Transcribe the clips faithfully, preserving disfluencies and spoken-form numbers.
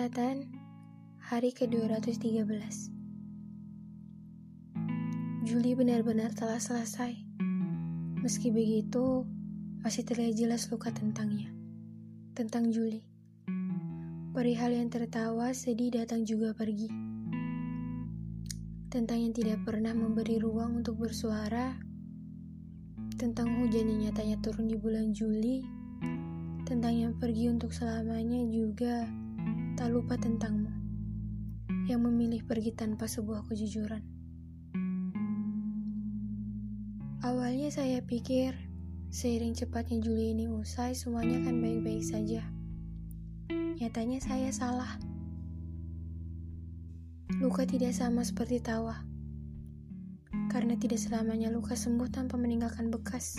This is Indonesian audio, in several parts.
Catatan hari ke dua ratus tiga belas. Juli benar-benar telah selesai. Meski begitu, masih terlihat jelas luka tentangnya. Tentang Juli. Perihal yang tertawa, sedih datang juga pergi. Tentang yang tidak pernah memberi ruang untuk bersuara. Tentang hujan yang nyatanya turun di bulan Juli. Tentang yang pergi untuk selamanya juga. Tak lupa tentangmu, yang memilih pergi tanpa sebuah kejujuran. Awalnya saya pikir, seiring cepatnya Juli ini usai, semuanya akan baik-baik saja. Nyatanya saya salah. Luka tidak sama seperti tawa, karena tidak selamanya luka sembuh tanpa meninggalkan bekas.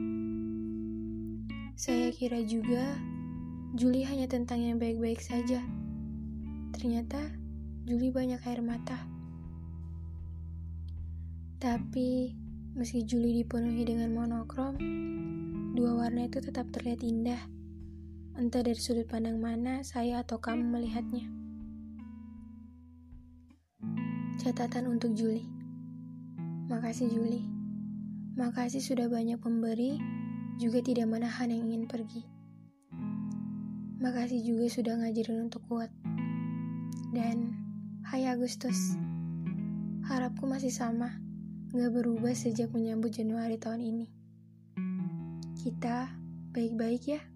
Saya kira juga, Juli hanya tentang yang baik-baik saja. Ternyata Juli banyak air mata. Tapi meski Juli dipenuhi dengan monokrom, dua warna itu tetap terlihat indah. Entah dari sudut pandang mana saya atau kamu melihatnya. Catatan untuk Juli. Makasih Juli. Makasih sudah banyak memberi, juga tidak menahan yang ingin pergi. Makasih juga sudah ngajarin untuk kuat. Dan, hai Agustus, harapku masih sama, gak berubah sejak menyambut Januari tahun ini. Kita baik-baik ya.